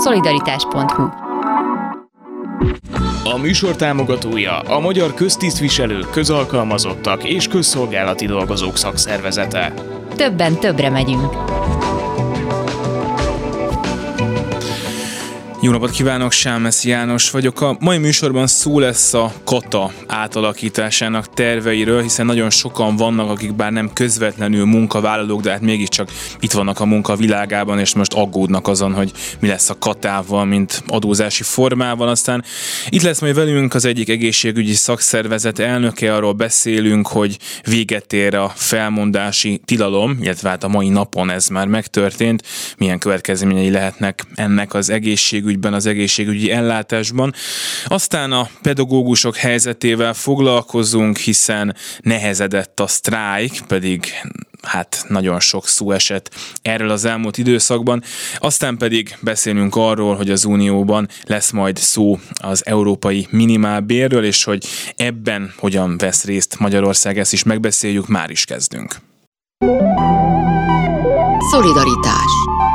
Szolidaritás.hu. A műsor támogatója a Magyar Köztisztviselők, Közalkalmazottak és Közszolgálati Dolgozók Szakszervezete. Többen többre megyünk. Jó napot kívánok, Sámesz János vagyok. A mai műsorban szó lesz a kata átalakításának terveiről, hiszen nagyon sokan vannak, akik bár nem közvetlenül munkavállalók, de hát mégiscsak itt vannak a munka világában, és most aggódnak azon, hogy mi lesz a katával, mint adózási formával. Aztán itt lesz majd velünk az egyik egészségügyi szakszervezet elnöke, arról beszélünk, hogy véget ér a felmondási tilalom, illetve hát a mai napon ez már megtörtént. Milyen következményei lehetnek ennek az egészségügyben, az egészségügyi ellátásban. Aztán a pedagógusok helyzetével foglalkozunk, hiszen nehezedett a sztrájk, pedig hát nagyon sok szó esett erről az elmúlt időszakban. Aztán pedig beszélünk arról, hogy az Unióban lesz majd szó az európai minimálbérről, és hogy ebben hogyan vesz részt Magyarország, ezt is megbeszéljük, már is kezdünk. Szolidaritás.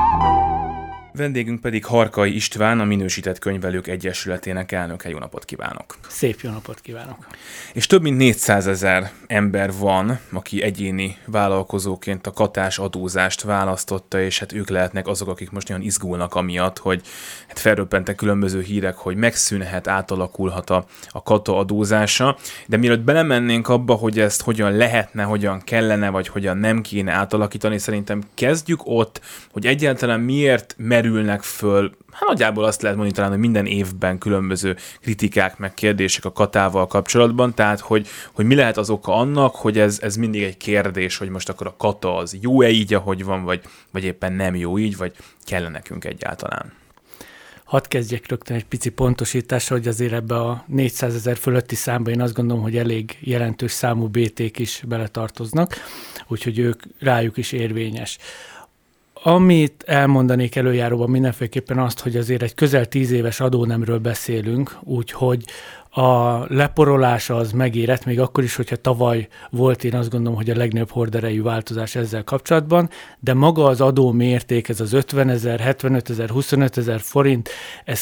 Vendégünk pedig Harkai István, a Minősített Könyvelők Egyesületének elnöke. Jó napot kívánok! Szép jó napot kívánok! És több mint 400 000 ember van, aki egyéni vállalkozóként a katás adózást választotta, és hát ők lehetnek azok, akik most nagyon izgulnak amiatt, hogy hát felröppentek különböző hírek, hogy megszűnhet, átalakulhat a kata adózása. De mielőtt belemennénk abba, hogy ezt hogyan lehetne, hogyan kellene, vagy hogyan nem kéne átalakítani, szerintem kezdjük ott, hogy egyáltalán miért merülnek föl, hát nagyjából azt lehet mondani talán, hogy minden évben különböző kritikák, meg kérdések a katával kapcsolatban, tehát hogy mi lehet az oka annak, hogy ez mindig egy kérdés, hogy most akkor a kata az jó-e így, ahogy van, vagy éppen nem jó így, vagy kell nekünk egyáltalán. Hadd kezdjek rögtön egy pici pontosításra, hogy azért ebbe a 400 000 fölötti számba én azt gondolom, hogy elég jelentős számú BT-k is beletartoznak, úgyhogy rájuk is érvényes. Amit elmondanék előjáróban mindenféleképpen azt, hogy azért egy közel 10 éves adónemről beszélünk, úgyhogy a leporolás az megérett, még akkor is, hogyha tavaly volt, én azt gondolom, hogy a legnagyobb horderejű változás ezzel kapcsolatban, de maga az adó mérték, ez az 50 000, 75 000, 25 000 forint, ez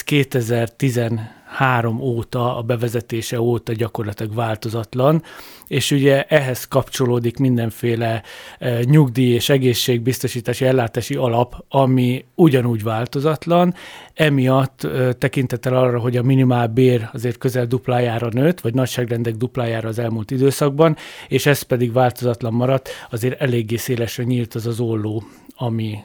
2013 óta, a bevezetése óta gyakorlatilag változatlan, és ugye ehhez kapcsolódik mindenféle nyugdíj és egészségbiztosítási ellátási alap, ami ugyanúgy változatlan, emiatt tekintettel arra, hogy a minimálbér azért közel duplájára nőtt, vagy nagyságrendek duplájára az elmúlt időszakban, és ez pedig változatlan maradt, azért eléggé szélesre nyílt az olló, ami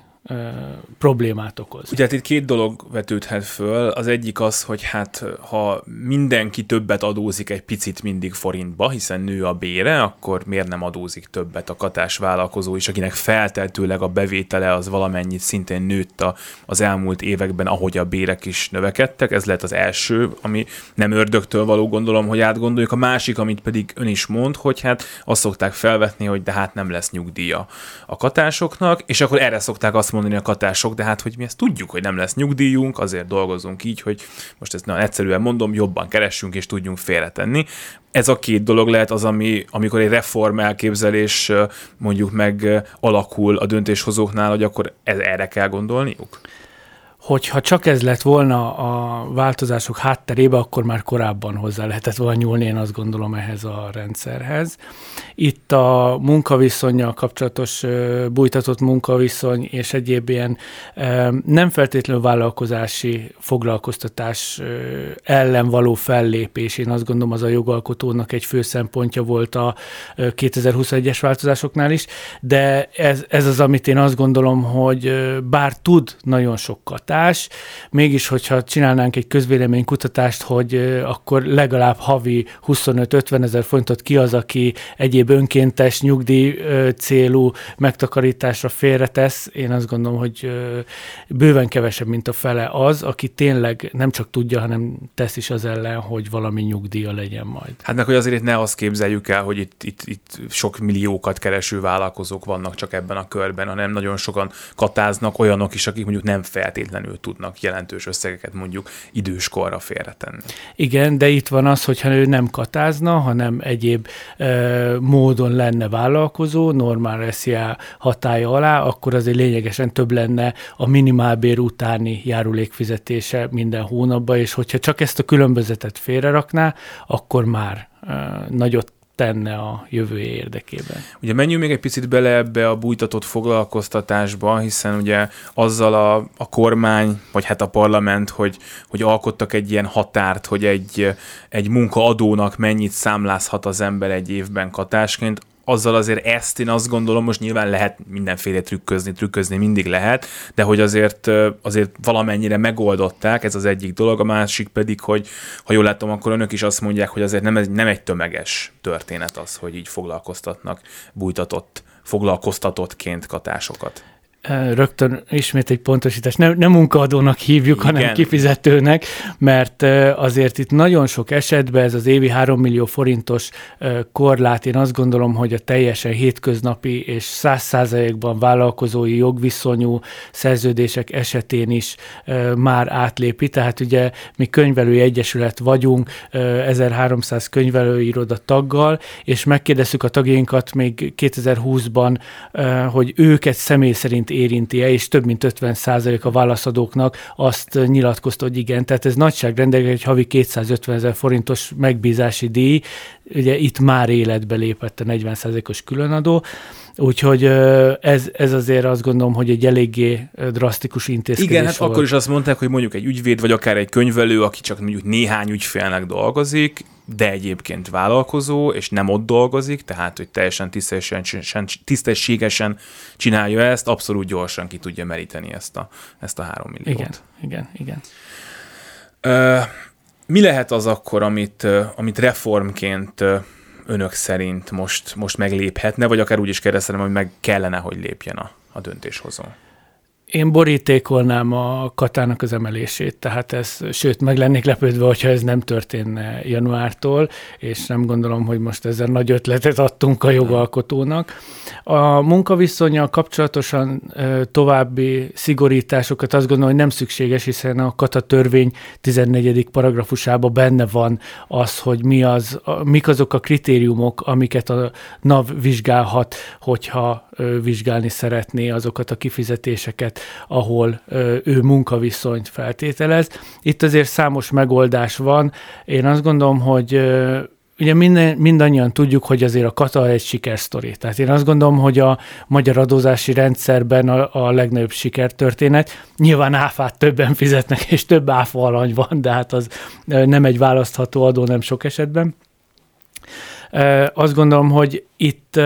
problémát okoz. Ugye hát itt két dolog vetődhet föl. Az egyik az, hogy hát ha mindenki többet adózik egy picit mindig forintba, hiszen nő a bére, akkor miért nem adózik többet a katás vállalkozó is, akinek feltehetőleg a bevétele az valamennyit szintén nőtt az elmúlt években, ahogy a bérek is növekedtek. Ez lehet az első, ami nem ördögtől való, gondolom, hogy átgondoljuk. A másik, amit pedig ön is mond, hogy hát azt szokták felvetni, hogy de hát nem lesz nyugdíja a katásoknak, és akkor erre szokták azt mondani a katások, de hát, hogy mi ezt tudjuk, hogy nem lesz nyugdíjunk, azért dolgozunk így, hogy most ezt nagyon egyszerűen mondom, jobban keressünk és tudjunk félretenni. Ez a két dolog lehet az, amikor egy reform elképzelés mondjuk meg alakul a döntéshozóknál, hogy akkor erre kell gondolniuk? Hogyha csak ez lett volna a változások hátterébe, akkor már korábban hozzá lehetett volna nyúlni, én azt gondolom, ehhez a rendszerhez. Itt a munkaviszonnyal kapcsolatos bújtatott munkaviszony és egyéb ilyen nem feltétlenül vállalkozási foglalkoztatás ellen való fellépés, én azt gondolom, az a jogalkotónak egy fő szempontja volt a 2021-es változásoknál is, de ez az, amit én azt gondolom, hogy bár tud nagyon sokat, mégis, hogyha csinálnánk egy közvéleménykutatást, hogy akkor legalább havi 25-50 000 forintot ki az, aki egyéb önkéntes nyugdíj célú megtakarításra félretesz, én azt gondolom, hogy bőven kevesebb, mint a fele az, aki tényleg nem csak tudja, hanem tesz is az ellen, hogy valami nyugdíja legyen majd. Hát meg, hogy azért ne azt képzeljük el, hogy itt sok milliókat kereső vállalkozók vannak csak ebben a körben, hanem nagyon sokan katáznak olyanok is, akik mondjuk nem feltétlenül közvetlenül tudnak jelentős összegeket mondjuk időskorra félretenni. Igen, de itt van az, hogyha ő nem katázna, hanem egyéb módon lenne vállalkozó, normál SZIA hatálya alá, akkor azért lényegesen több lenne a minimálbér utáni járulékfizetése minden hónapban, és hogyha csak ezt a különbözetet félrerakná, akkor már nagyot tenne a jövője érdekében. Ugye menjünk még egy picit bele ebbe a bújtatott foglalkoztatásba, hiszen ugye azzal a kormány, vagy hát a parlament, hogy alkottak egy ilyen határt, hogy egy munkaadónak mennyit számlázhat az ember egy évben katásként, azzal azért ezt én azt gondolom, most nyilván lehet mindenféle trükközni mindig lehet, de hogy azért valamennyire megoldották, ez az egyik dolog, a másik pedig, hogy ha jól látom, akkor önök is azt mondják, hogy azért nem egy tömeges történet az, hogy így foglalkoztatnak foglalkoztatottként katásokat. Rögtön ismét egy pontosítás. Nem munkaadónak hívjuk, igen, hanem kifizetőnek, mert azért itt nagyon sok esetben ez az évi 3 millió forintos korlát, én azt gondolom, hogy a teljesen hétköznapi és 100%-ban vállalkozói jogviszonyú szerződések esetén is már átlépi. Tehát ugye mi könyvelői egyesület vagyunk, 1300 könyvelőiroda taggal, és megkérdezzük a tagjainkat még 2020-ban, hogy őket személy szerint érinti-e, és több mint 50% a válaszadóknak azt nyilatkozta, hogy igen. Tehát ez nagyságrendekben egy havi 250 000 forintos megbízási díj, ugye itt már életbe lépett a 40%-os különadó, úgyhogy ez azért azt gondolom, hogy egy eléggé drasztikus intézkedés. Igen, hát volt. Akkor is azt mondták, hogy mondjuk egy ügyvéd, vagy akár egy könyvelő, aki csak mondjuk néhány ügyfélnek dolgozik, de egyébként vállalkozó, és nem ott dolgozik, tehát, hogy teljesen tisztességesen csinálja ezt, abszolút gyorsan ki tudja meríteni ezt a 3 milliót. Igen. Mi lehet az akkor, amit reformként önök szerint most megléphetne, vagy akár úgy is kérdeztem, hogy meg kellene, hogy lépjen a döntéshozó? Én borítékolnám a katának az emelését, tehát sőt, meg lennék lepődve, hogyha ez nem történne januártól, és nem gondolom, hogy most ezzel nagy ötletet adtunk a jogalkotónak. A munkaviszonnyal kapcsolatosan további szigorításokat azt gondolom, hogy nem szükséges, hiszen a kata törvény 14. paragrafusában benne van az, hogy mik azok a kritériumok, amiket a NAV vizsgálhat, hogyha vizsgálni szeretné azokat a kifizetéseket, ahol ő munkaviszonyt feltételez. Itt azért számos megoldás van. Én azt gondolom, hogy ugye mindannyian tudjuk, hogy azért a kata egy sikersztori. Tehát én azt gondolom, hogy a magyar adózási rendszerben a legnagyobb sikertörténet. Nyilván áfát többen fizetnek, és több áfa alany van, de hát az nem egy választható adó, nem sok esetben. Azt gondolom, hogy itt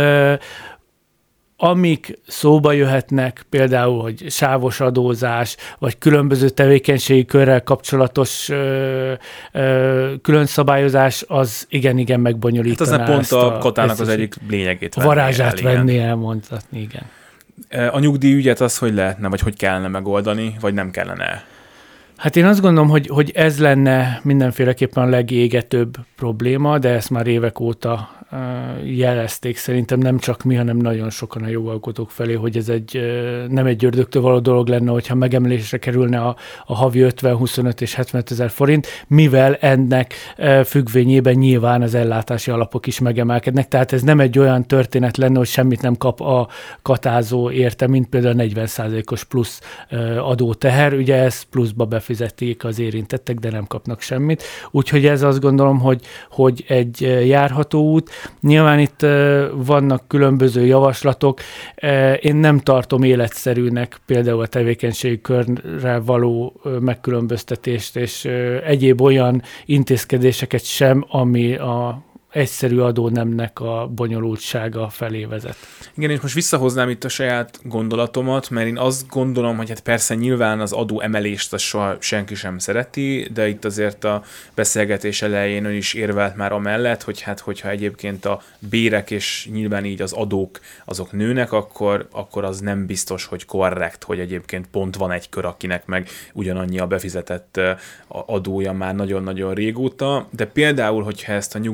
amik szóba jöhetnek, például, hogy sávos adózás, vagy különböző tevékenységi körrel kapcsolatos külön szabályozás, az igen megbonyolítaná. Hát az pont a katának az egyik lényegét venni. Varázsát venni, elmondhatni, igen. A nyugdíjügyet az hogy lehetne, vagy hogy kellene megoldani, vagy nem kellene? Hát én azt gondolom, hogy ez lenne mindenféleképpen a legégetőbb probléma, de ezt már évek óta jelezték szerintem nem csak mi, hanem nagyon sokan a jogalkotók felé, hogy ez nem egy ördögtől való dolog lenne, hogyha megemelésre kerülne a havi 50, 25 és 70 000 forint, mivel ennek függvényében nyilván az ellátási alapok is megemelkednek, tehát ez nem egy olyan történet lenne, hogy semmit nem kap a katázó érte, mint például a 40%-os plusz adóteher, ugye ezt pluszba befizetik az érintettek, de nem kapnak semmit, úgyhogy ez azt gondolom, hogy egy járható út. Nyilván itt vannak különböző javaslatok. Én nem tartom életszerűnek például a tevékenységi körre való megkülönböztetést, és egyéb olyan intézkedéseket sem, ami a egyszerű adónemnek a bonyolultsága felé vezet. Igen, és most visszahoznám itt a saját gondolatomat, mert én azt gondolom, hogy hát persze nyilván az adó emelést azt soha senki sem szereti, de itt azért a beszélgetés elején ön is érvelt már amellett, hogy hát hogyha egyébként a bérek és nyilván így az adók azok nőnek, akkor az nem biztos, hogy korrekt, hogy egyébként pont van egy kör, akinek meg ugyanannyi a befizetett adója már nagyon-nagyon régóta, de például, hogyha ezt a nyugdíjügyet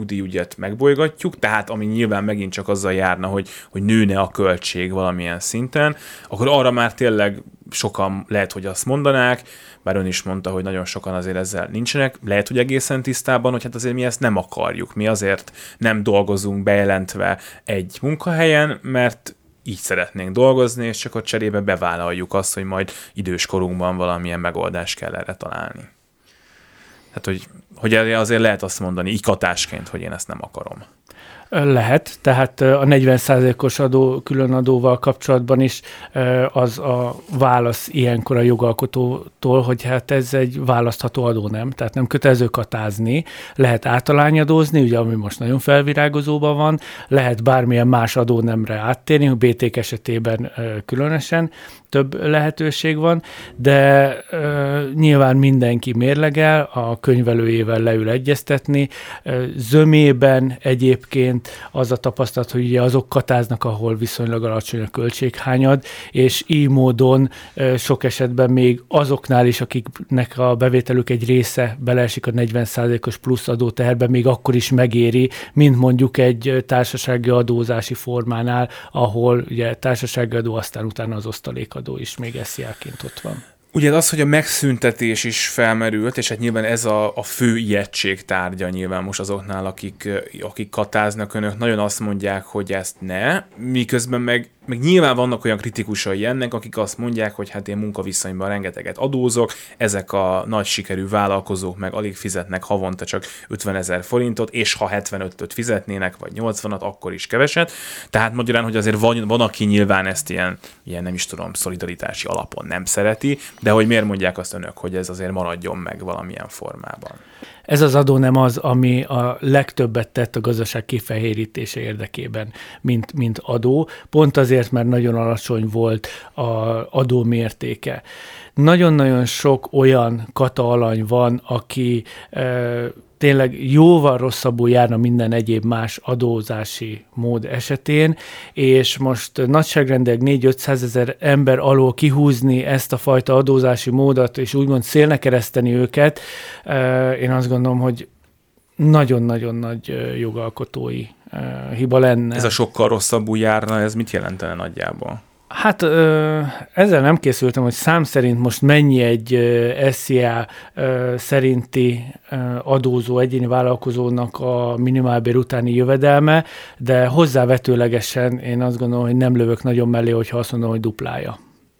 azért megbolygatjuk, tehát ami nyilván megint csak azzal járna, hogy nőne a költség valamilyen szinten, akkor arra már tényleg sokan lehet, hogy azt mondanák, bár ön is mondta, hogy nagyon sokan azért ezzel nincsenek, lehet, hogy egészen tisztában, hogy hát azért mi ezt nem akarjuk. Mi azért nem dolgozunk bejelentve egy munkahelyen, mert így szeretnénk dolgozni, és csak a cserébe bevállaljuk azt, hogy majd időskorunkban valamilyen megoldást kell erre találni. Tehát, hogy azért lehet azt mondani, így katásként, hogy én ezt nem akarom. Lehet, tehát a 40%-os különadóval kapcsolatban is az a válasz ilyenkor a jogalkotótól, hogy hát ez egy választható adó, nem? Tehát nem kötelező katázni, lehet általányadózni, ugye ami most nagyon felvirágozóban van, lehet bármilyen más adónemre áttérni, BT-k esetében különösen több lehetőség van, de nyilván mindenki mérlegel, a könyvelőjével leül egyeztetni. Zömében egyébként az a tapasztalat, hogy ugye azok katáznak, ahol viszonylag alacsony a költséghányad, és így módon sok esetben még azoknál is, akiknek a bevételük egy része beleesik a 40%-os plusz adóteherbe, még akkor is megéri, mint mondjuk egy társasági adózási formánál, ahol ugye társasági adó, aztán utána az osztalékadó is még SZIA-ként ott van. Ugye az, hogy a megszüntetés is felmerült, és hát nyilván ez a fő ijegység tárgya nyilván most azoknál, akik katáznak, önök nagyon azt mondják, hogy ezt ne, miközben meg nyilván vannak olyan kritikusai ennek, akik azt mondják, hogy hát én munkaviszonyban rengeteget adózok, ezek a nagy sikerű vállalkozók meg alig fizetnek havonta csak 50 000 forintot, és ha 75-öt fizetnének, vagy 80-at, akkor is keveset. Tehát magyarán, hogy azért van aki nyilván ezt ilyen nem is tudom, szolidaritási alapon nem szereti, de hogy miért mondják azt önök, hogy ez azért maradjon meg valamilyen formában? Ez az adó nem az, ami a legtöbbet tett a gazdaság kifehérítése érdekében, mint adó, pont azért, mert nagyon alacsony volt az adó mértéke. Nagyon-nagyon sok olyan kata alany van, aki tényleg jóval rosszabbul járna minden egyéb más adózási mód esetén, és most nagyságrendileg 400-500 000 ember alól kihúzni ezt a fajta adózási módot, és úgymond szélne kereszteni őket, én azt gondolom, hogy nagyon-nagyon nagy jogalkotói hiba lenne. Ez a sokkal rosszabbul járna, ez mit jelentene nagyjából? Hát ezzel nem készültem, hogy szám szerint most mennyi egy SZIA szerinti adózó egyéni vállalkozónak a minimálbér utáni jövedelme, de hozzávetőlegesen én azt gondolom, hogy nem lövök nagyon mellé, hogyha azt mondom, hogy duplája.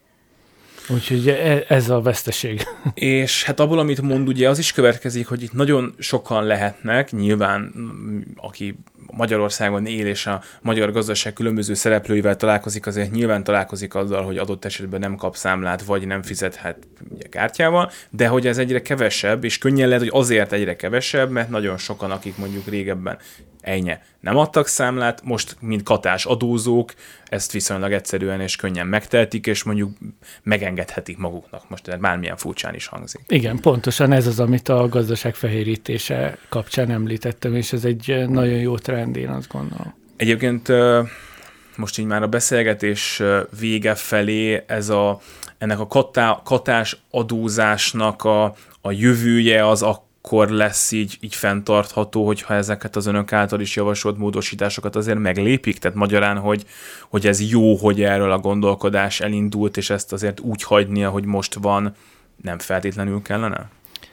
Úgyhogy ez a veszteség. És hát abból, amit mond, ugye az is következik, hogy itt nagyon sokan lehetnek, nyilván aki Magyarországon él és a magyar gazdaság különböző szereplőivel találkozik, azért nyilván találkozik azzal, hogy adott esetben nem kap számlát, vagy nem fizethet ugye, kártyával, de hogy ez egyre kevesebb, és könnyen lehet, hogy azért egyre kevesebb, mert nagyon sokan, akik mondjuk régebben nem adtak számlát, most mint katás adózók ezt viszonylag egyszerűen és könnyen megtehetik, és mondjuk megengedhetik maguknak. Most bármilyen furcsán is hangzik. Igen, pontosan ez az, amit a gazdaság fehérítése kapcsán említettem, és ez egy nagyon jó trend, én azt gondolom. Egyébként most így már a beszélgetés vége felé ennek a katás adózásnak a jövője az akkor lesz így fenntartható, hogyha ezeket az önök által is javasolt módosításokat azért meglépik? Tehát magyarán, hogy ez jó, hogy erről a gondolkodás elindult, és ezt azért úgy hagyni, ahogy most van, nem feltétlenül kellene?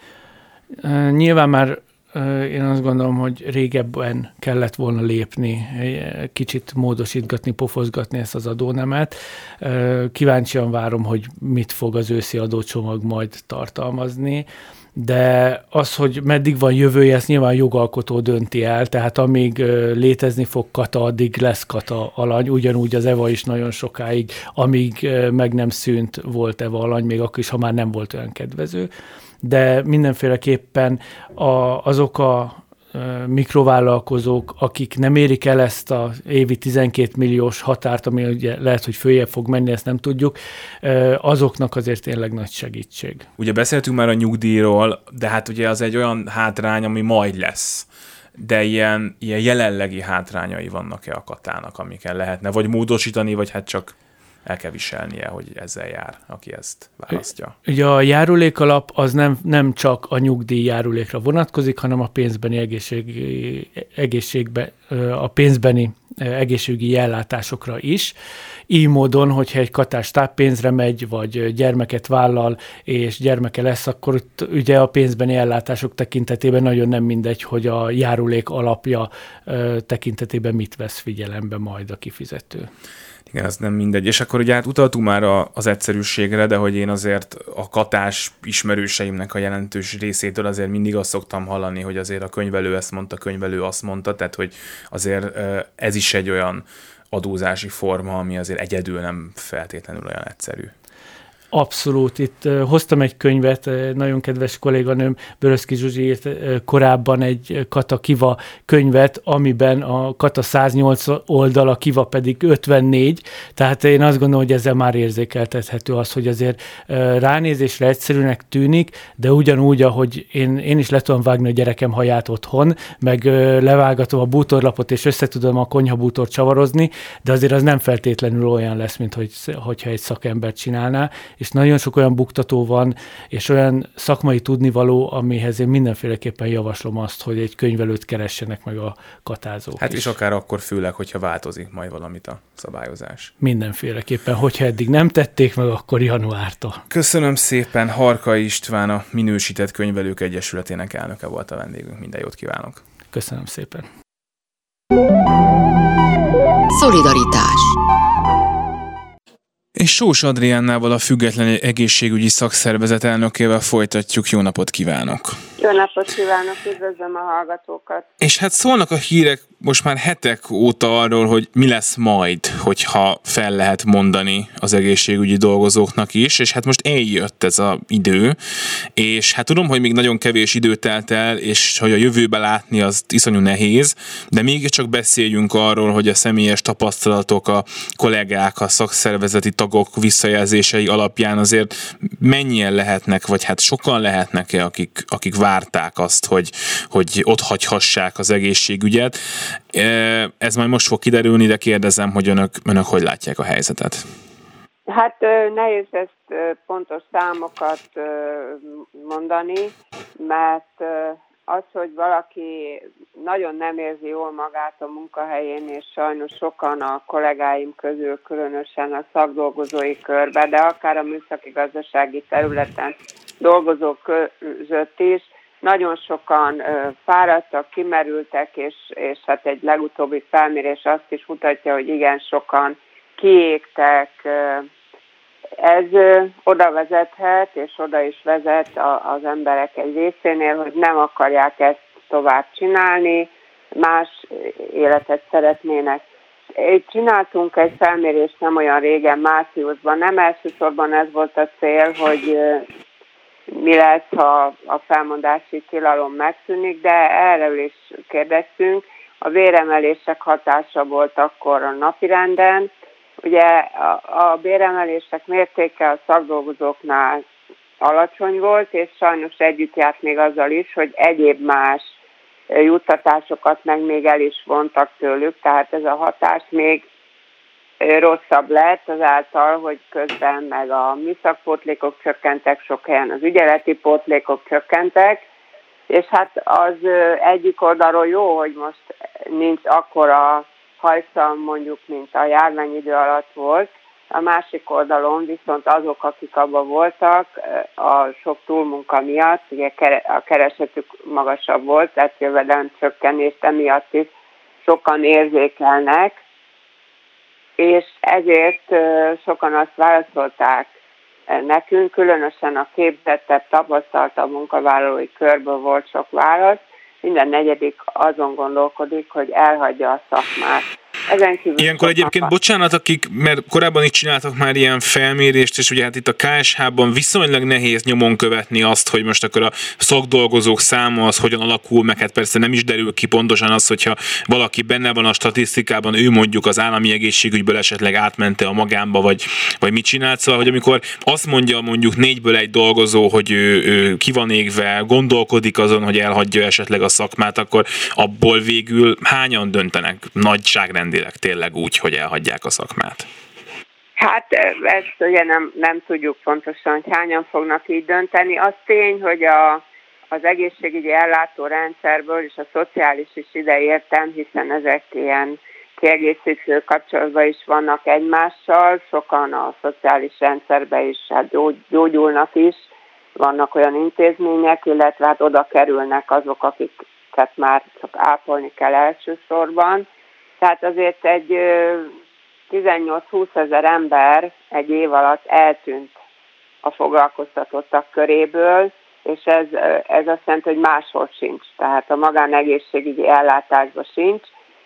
Nyilván már én azt gondolom, hogy régebben kellett volna lépni, kicsit módosítgatni, pofozgatni ezt az adónemet. Kíváncsian várom, hogy mit fog az őszi adócsomag majd tartalmazni, de az, hogy meddig van jövője, ezt nyilván jogalkotó dönti el, tehát amíg létezni fog kata, addig lesz kata alany, ugyanúgy az EVA is nagyon sokáig, amíg meg nem szűnt volt EVA alany, még akkor is, ha már nem volt olyan kedvező, de mindenféleképpen azok a mikrovállalkozók, akik nem érik el ezt az évi 12 milliós határt, ami ugye lehet, hogy följebb fog menni, ezt nem tudjuk, azoknak azért tényleg nagy segítség. Ugye beszéltünk már a nyugdíjról, de hát ugye az egy olyan hátrány, ami majd lesz. De ilyen jelenlegi hátrányai vannak-e a katának, amiken lehetne vagy módosítani, vagy hát csak el kell viselnie, hogy ezzel jár, aki ezt választja. Ugye a járulékalap az nem csak a nyugdíj járulékra vonatkozik, hanem a pénzbeni egészségügyi ellátásokra is. Így módon, hogyha egy katás táppénzre megy, vagy gyermeket vállal, és gyermeke lesz, akkor ugye a pénzbeni ellátások tekintetében nagyon nem mindegy, hogy a járulék alapja tekintetében mit vesz figyelembe majd a kifizető. Igen, ez nem mindegy. És akkor ugye utaltunk már az egyszerűségre, de hogy én azért a katás ismerőseimnek a jelentős részétől azért mindig azt szoktam hallani, hogy azért a könyvelő ezt mondta, könyvelő azt mondta, tehát hogy azért ez is egy olyan adózási forma, ami azért egyedül nem feltétlenül olyan egyszerű. Abszolút. Itt hoztam egy könyvet, nagyon kedves kolléganőm Böröszki Zsuzsi írt korábban egy Kata Kiva könyvet, amiben a Kata 108 oldal, a Kiva pedig 54, tehát én azt gondolom, hogy ezzel már érzékeltethető az, hogy azért ránézésre egyszerűnek tűnik, de ugyanúgy, ahogy én is le tudom vágni a gyerekem haját otthon, meg levágatom a bútorlapot, és összetudom a konyhabútort csavarozni, de azért az nem feltétlenül olyan lesz, mint hogyha egy szakember csinálná, és nagyon sok olyan buktató van, és olyan szakmai tudnivaló, amihez én mindenféleképpen javaslom azt, hogy egy könyvelőt keressenek meg a katázók. Hát és akár akkor főleg, hogyha változik majd valamit a szabályozás. Mindenféleképpen, hogyha eddig nem tették meg, akkor januártól. Köszönöm szépen, Harkai István, a Minősített Könyvelők Egyesületének elnöke volt a vendégünk. Minden jót kívánok! Köszönöm szépen! Szolidaritás. És Sós Adriánnával, a Független Egészségügyi Szakszervezet elnökével folytatjuk. Jó napot kívánok! Jó napot kívánok, üdvözlöm a hallgatókat! És hát szólnak a hírek most már hetek óta arról, hogy mi lesz majd, hogyha fel lehet mondani az egészségügyi dolgozóknak is, és hát most eljött ez az idő, és hát tudom, hogy még nagyon kevés idő telt el, és hogy a jövőbe látni az iszonyú nehéz, de mégiscsak beszéljünk arról, hogy a személyes tapasztalatok, a kollégák, a szakszervezeti tagok visszajelzései alapján azért mennyien lehetnek, vagy hát sokan lehetnek-e, akik várták azt, hogy otthagyhassák az egészségügyet. Ez majd most fog kiderülni, de kérdezem, hogy önök hogy látják a helyzetet? Hát nehéz ezt pontos számokat mondani, mert az, hogy valaki nagyon nem érzi jól magát a munkahelyén, és sajnos sokan a kollégáim közül, különösen a szakdolgozói körben, de akár a műszaki gazdasági területen dolgozók között is, nagyon sokan fáradtak, kimerültek, és hát egy legutóbbi felmérés azt is mutatja, hogy igen, sokan kiégtek. Ez oda vezethet, és oda is vezet az emberek egy részénél, hogy nem akarják ezt tovább csinálni, más életet szeretnének. Csináltunk egy felmérést nem olyan régen, márciusban. Nem elsősorban ez volt a cél, hogy mi lesz, ha a felmondási tilalom megszűnik, de erről is kérdeztünk. A béremelések hatása volt akkor a napirenden. Ugye a béremelések mértéke a szakdolgozóknál alacsony volt, és sajnos együtt járt még azzal is, hogy egyéb más juttatásokat meg még el is vontak tőlük, tehát ez a hatás még rosszabb lett azáltal, hogy közben meg a műszakpótlékok csökkentek, sok helyen az ügyeleti pótlékok csökkentek, és hát az egyik oldalról jó, hogy most nincs akkora hajszam mondjuk, mint a járványidő alatt volt, a másik oldalon viszont azok, akik abban voltak, a sok túlmunka miatt, ugye a keresetük magasabb volt, tehát jövedelem csökkenést emiatt is sokan érzékelnek, és ezért sokan azt válaszolták nekünk, különösen a képzettebb, tapasztaltabb munkavállalói körből volt sok válasz, minden negyedik azon gondolkodik, hogy elhagyja a szakmát. Ilyenkor egyébként, bocsánat, mert korábban is csináltak már ilyen felmérést, és ugye hát itt a KSH-ban viszonylag nehéz nyomon követni azt, hogy most akkor a szakdolgozók száma az hogyan alakul, meg hát persze nem is derül ki pontosan az, hogyha valaki benne van a statisztikában, ő mondjuk az állami egészségügyből esetleg átmente a magánba, vagy mit csinált, szóval, hogy amikor azt mondja mondjuk 4-ből 1 dolgozó, hogy ő ki van égve, gondolkodik azon, hogy elhagyja esetleg a szakmát, akkor abból végül hányan döntenek nagyságrendileg tényleg úgy, hogy elhagyják a szakmát? Hát ezt ugye nem tudjuk pontosan, hogy hányan fognak így dönteni. Az tény, hogy az egészségügyi ellátórendszerből és a szociális is ide értem, hiszen ezek ilyen kiegészítő kapcsolatban is vannak egymással, sokan a szociális rendszerbe is gyógyulnak is, vannak olyan intézmények, illetve hát oda kerülnek azok, akiket már csak ápolni kell elsősorban. Tehát azért egy 18-20 ezer ember egy év alatt eltűnt a foglalkoztatottak köréből, és ez azt jelenti, hogy máshol sincs, tehát a magánegészségügyi ellátásban sincs.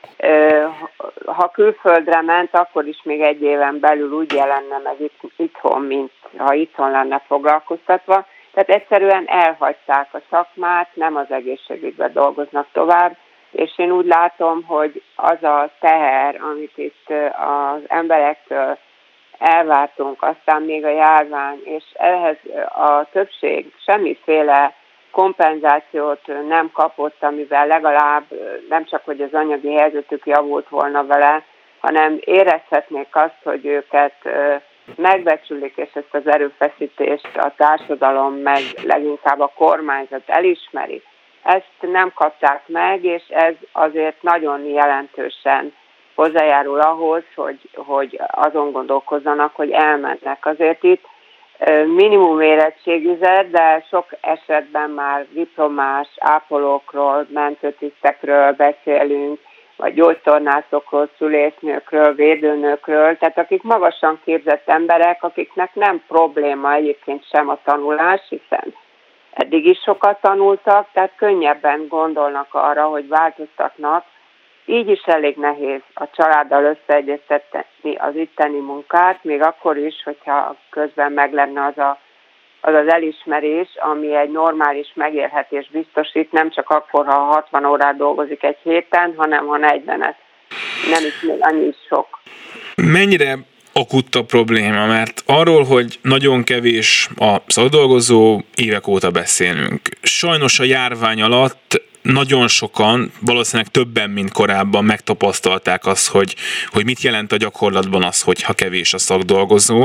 Ha külföldre ment, akkor is még egy éven belül úgy jelenne meg itthon, mint ha itthon lenne foglalkoztatva. Tehát egyszerűen elhagyták a szakmát, nem az egészségügyben dolgoznak tovább, és én úgy látom, hogy az a teher, amit itt az emberektől elvártunk, aztán még a járvány, és ehhez a többség semmiféle kompenzációt nem kapott, amivel legalább nem csak, hogy az anyagi helyzetük javult volna vele, hanem érezhetnék azt, hogy őket megbecsülik, és ezt az erőfeszítést a társadalom, meg leginkább a kormányzat elismeri. Ezt nem kapták meg, és ez azért nagyon jelentősen hozzájárul ahhoz, hogy azon gondolkozzanak, hogy elmennek. Azért itt minimum érettségizet, de sok esetben már diplomás ápolókról, mentőtisztekről beszélünk, vagy gyógytornászokról, szülésznőkről, védőnőkről, tehát akik magasan képzett emberek, akiknek nem probléma egyébként sem a tanulás, hiszen eddig is sokat tanultak, tehát könnyebben gondolnak arra, hogy változtatnak. Így is elég nehéz a családdal összeegyeztetni az itteni munkát, még akkor is, hogyha közben meg lenne az elismerés, ami egy normális megélhetést biztosít, nem csak akkor, ha 60 órát dolgozik egy héten, hanem ha 40-et. Nem is még annyi is sok. Mennyire akut a probléma, mert arról, hogy nagyon kevés a szakdolgozó, évek óta beszélünk. Sajnos a járvány alatt nagyon sokan, valószínűleg többen, mint korábban megtapasztalták azt, hogy mit jelent a gyakorlatban az, hogyha kevés a szakdolgozó.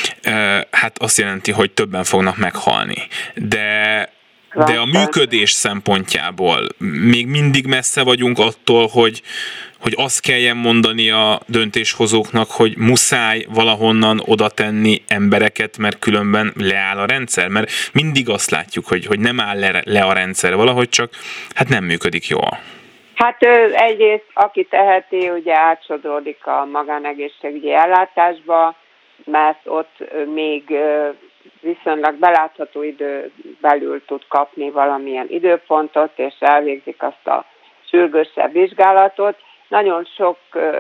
Hát azt jelenti, hogy többen fognak meghalni. De a működés szempontjából még mindig messze vagyunk attól, hogy azt kelljen mondani a döntéshozóknak, hogy muszáj valahonnan oda tenni embereket, mert különben leáll a rendszer. Mert mindig azt látjuk, hogy nem áll le a rendszer valahogy, csak hát nem működik jól. Hát egyrészt, aki teheti, ugye átsodródik a magánegészségügyi ellátásba, mert ott még viszonylag belátható idő belül tud kapni valamilyen időpontot, és elvégzik azt a sürgősebb vizsgálatot. Nagyon sok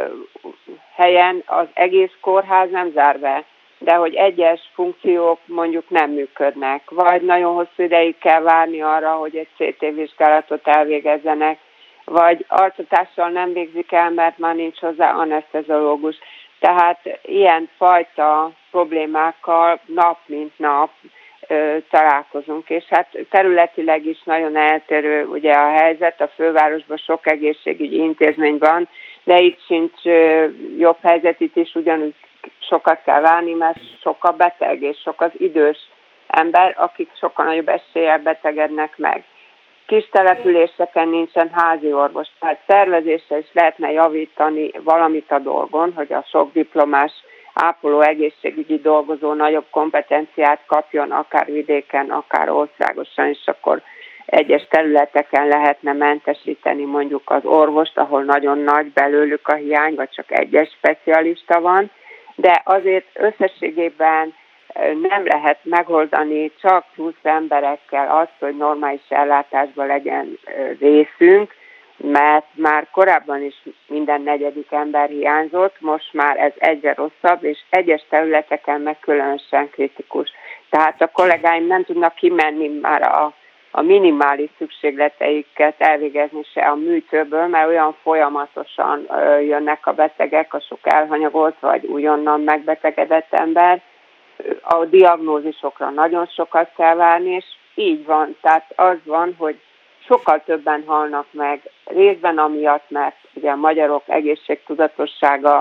helyen az egész kórház nem zár be, de hogy egyes funkciók mondjuk nem működnek, vagy nagyon hosszú ideig kell várni arra, hogy egy CT vizsgálatot elvégezzenek, vagy altatással nem végzik el, mert már nincs hozzá aneszteziológus. Tehát ilyen fajta problémákkal nap mint nap találkozunk, és hát területileg is nagyon eltérő ugye a helyzet, a fővárosban sok egészségügyi intézmény van, de itt sincs jobb helyzet, itt is ugyanúgy sokat kell várni, mert sok a beteg és sok az idős ember, akik sokkal nagyobb eséllyel betegednek meg. Kis településeken nincsen házi orvos, tehát szervezésre is lehetne javítani valamit a dolgon, hogy a sok diplomás ápoló egészségügyi dolgozó nagyobb kompetenciát kapjon, akár vidéken, akár országosan, és akkor egyes területeken lehetne mentesíteni mondjuk az orvost, ahol nagyon nagy belőlük a hiány, vagy csak egyes specialista van, de azért összességében nem lehet megoldani csak plusz emberekkel azt, hogy normális ellátásban legyen részünk, mert már korábban is minden negyedik ember hiányzott, most már ez egyre rosszabb, és egyes területeken meg különösen kritikus. Tehát a kollégáim nem tudnak kimenni már a minimális szükségleteiket elvégezni se a műtőből, mert olyan folyamatosan jönnek a betegek, a sok elhanyagolt vagy újonnan megbetegedett ember. A diagnózisokra nagyon sokat kell várni, és így van. Tehát az van, hogy sokkal többen halnak meg részben amiatt, mert ugye a magyarok egészségtudatossága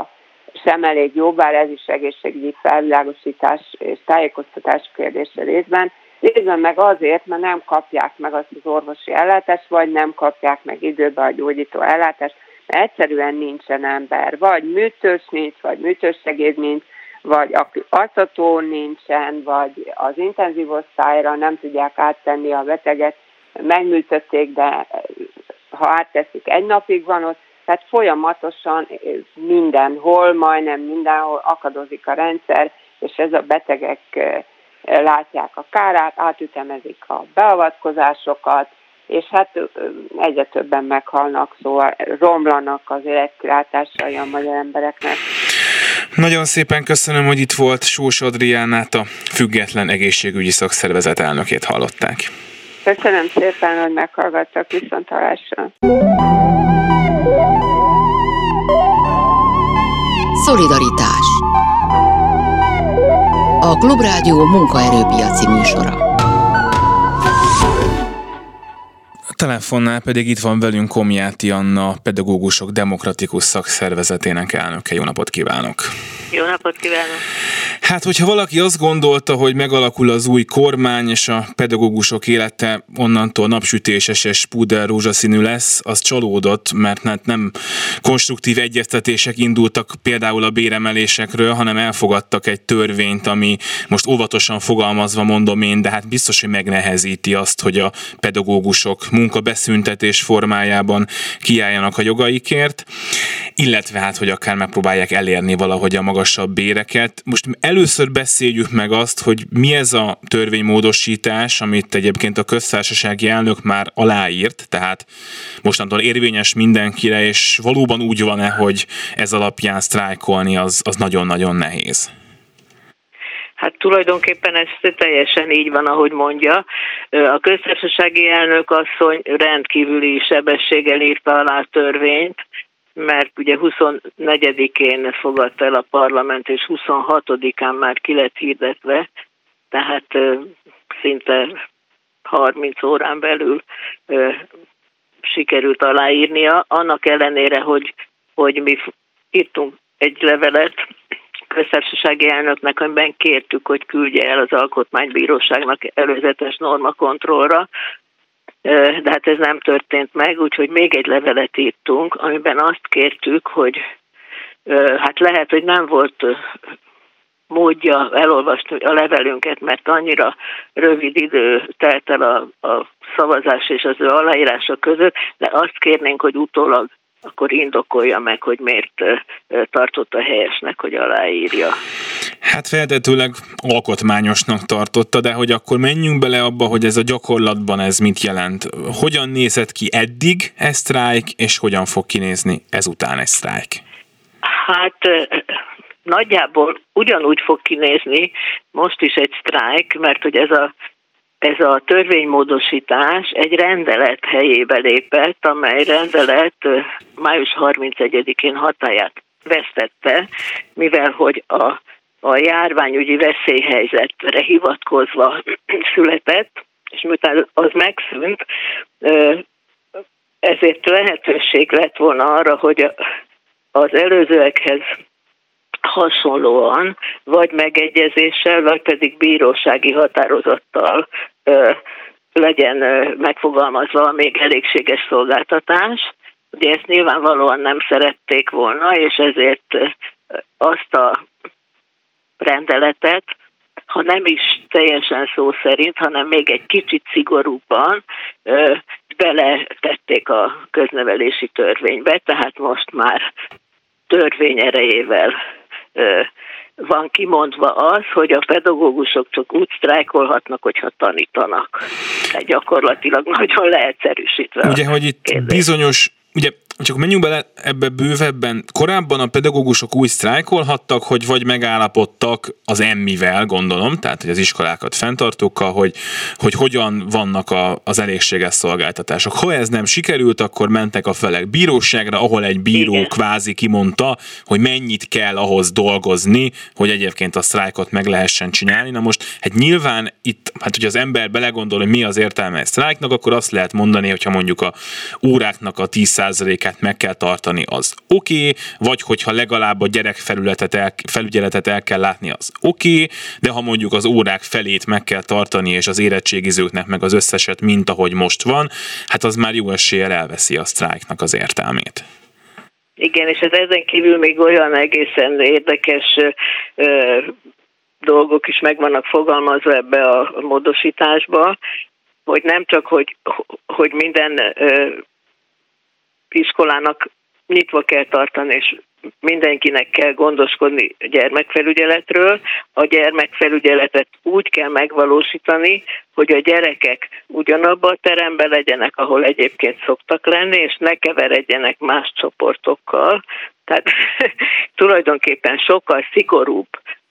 sem elég jó, bár ez is egészségügyi felvilágosítás és tájékoztatás kérdése részben meg azért, mert nem kapják meg azt az orvosi ellátást, vagy nem kapják meg időben a gyógyító ellátást, mert egyszerűen nincsen ember, vagy műtős nincs, vagy műtőssegéd nincs, vagy asztató nincsen, vagy az intenzív osztályra nem tudják áttenni a beteget, megműtötték, de ha átteszik, egy napig van ott, tehát folyamatosan mindenhol, majdnem mindenhol akadozik a rendszer, és ez a betegek látják a kárát, átütemezik a beavatkozásokat, és hát egyre többen meghalnak, szóval romlanak az életkilátásai a magyar embereknek. Nagyon szépen köszönöm, hogy itt volt. Sós Adriánát, a Független Egészségügyi Szakszervezet elnökét hallották. Köszönöm szépen, hogy meghallgattak, viszonthallásra. Szolidaritás. A Klubrádió munkaerőpiaci műsora. A telefonnál pedig itt van velünk Komjáti Anna, Pedagógusok Demokratikus Szakszervezetének elnöke. Jó napot kívánok! Jó napot kívánok! Hát, hogyha valaki azt gondolta, hogy megalakul az új kormány, és a pedagógusok élete onnantól napsütéses és púder rózsaszínű lesz, az csalódott, mert hát nem konstruktív egyeztetések indultak például a béremelésekről, hanem elfogadtak egy törvényt, ami most óvatosan fogalmazva mondom én, de hát biztos, hogy megnehezíti azt, hogy a pedagógusok munkabeszüntetés formájában kiálljanak a jogaikért, illetve hát, hogy akár megpróbálják elérni valahogy a magasabb béreket. Most először beszéljük meg azt, hogy mi ez a törvénymódosítás, amit egyébként a köztársasági elnök már aláírt, tehát mostantól érvényes mindenkire, és valóban úgy van-e, hogy ez alapján sztrájkolni az nagyon-nagyon nehéz? Hát tulajdonképpen ez teljesen így van, ahogy mondja. A köztársasági elnök asszony rendkívüli sebességgel írta alá a törvényt, mert ugye 24-én fogadta el a parlament, és 26-án már ki lett hirdetve, tehát szinte 30 órán belül sikerült aláírnia, annak ellenére, hogy mi írtunk egy levelet köztársasági elnöknek, amiben kértük, hogy küldje el az Alkotmánybíróságnak előzetes normakontrollra, de hát ez nem történt meg, úgyhogy még egy levelet írtunk, amiben azt kértük, hogy hát lehet, hogy nem volt módja elolvasni a levelünket, mert annyira rövid idő telt el a szavazás és az ő aláírása között, de azt kérnénk, hogy utólag akkor indokolja meg, hogy miért tartotta helyesnek, hogy aláírja. Hát feltetőleg alkotmányosnak tartotta, de hogy akkor menjünk bele abba, hogy ez a gyakorlatban ez mit jelent. Hogyan nézett ki eddig egy sztrájk, és hogyan fog kinézni ezután egy sztrájk? Hát nagyjából ugyanúgy fog kinézni most is egy sztrájk, mert hogy ez a törvénymódosítás egy rendelet helyébe lépett, amely rendelet május 31-én hatályát vesztette, mivel hogy a járványügyi veszélyhelyzetre hivatkozva született, és miután az megszűnt, ezért lehetőség lett volna arra, hogy az előzőekhez hasonlóan, vagy megegyezéssel, vagy pedig bírósági határozattal legyen megfogalmazva a még elégséges szolgáltatás. Ugye ezt nyilvánvalóan nem szerették volna, és ezért azt a rendeletet, ha nem is teljesen szó szerint, hanem még egy kicsit szigorúbban beletették a köznevelési törvénybe, tehát most már törvény erejével van kimondva az, hogy a pedagógusok csak úgy sztrájkolhatnak, hogyha tanítanak. Tehát gyakorlatilag nagyon leegyszerűsítve. Ugye, hogy itt bizonyos, ugye csak menjünk bele ebbe bővebben. Korábban a pedagógusok úgy sztrájkolhattak, hogy vagy megállapodtak az emmivel, gondolom, tehát hogy az iskolákat fenntartókkal, hogy hogyan vannak az elégséges szolgáltatások. Ha ez nem sikerült, akkor mentek a felek bíróságra, ahol egy bíró kvázi kimondta, hogy mennyit kell ahhoz dolgozni, hogy egyébként a sztrájkot meg lehessen csinálni. Na most, hát nyilván itt, hát hogy az ember belegondol, hogy mi az értelme egy sztrájknak, akkor azt lehet mondani, hogyha mondjuk a óráknak a 10%-át gyerekeket meg kell tartani, az oké, vagy hogyha legalább a gyerekfelügyeletet el kell látni, az oké, de ha mondjuk az órák felét meg kell tartani, és az érettségizőknek meg az összeset, mint ahogy most van, hát az már jó eséllyel elveszi a sztrájknak az értelmét. Igen, és ezen kívül még olyan egészen érdekes dolgok is meg vannak fogalmazva ebbe a módosításba, hogy nem csak, hogy minden iskolának nyitva kell tartani, és mindenkinek kell gondoskodni gyermekfelügyeletről. A gyermekfelügyeletet úgy kell megvalósítani, hogy a gyerekek ugyanabban a teremben legyenek, ahol egyébként szoktak lenni, és ne keveredjenek más csoportokkal. Tehát tulajdonképpen sokkal szigorúbb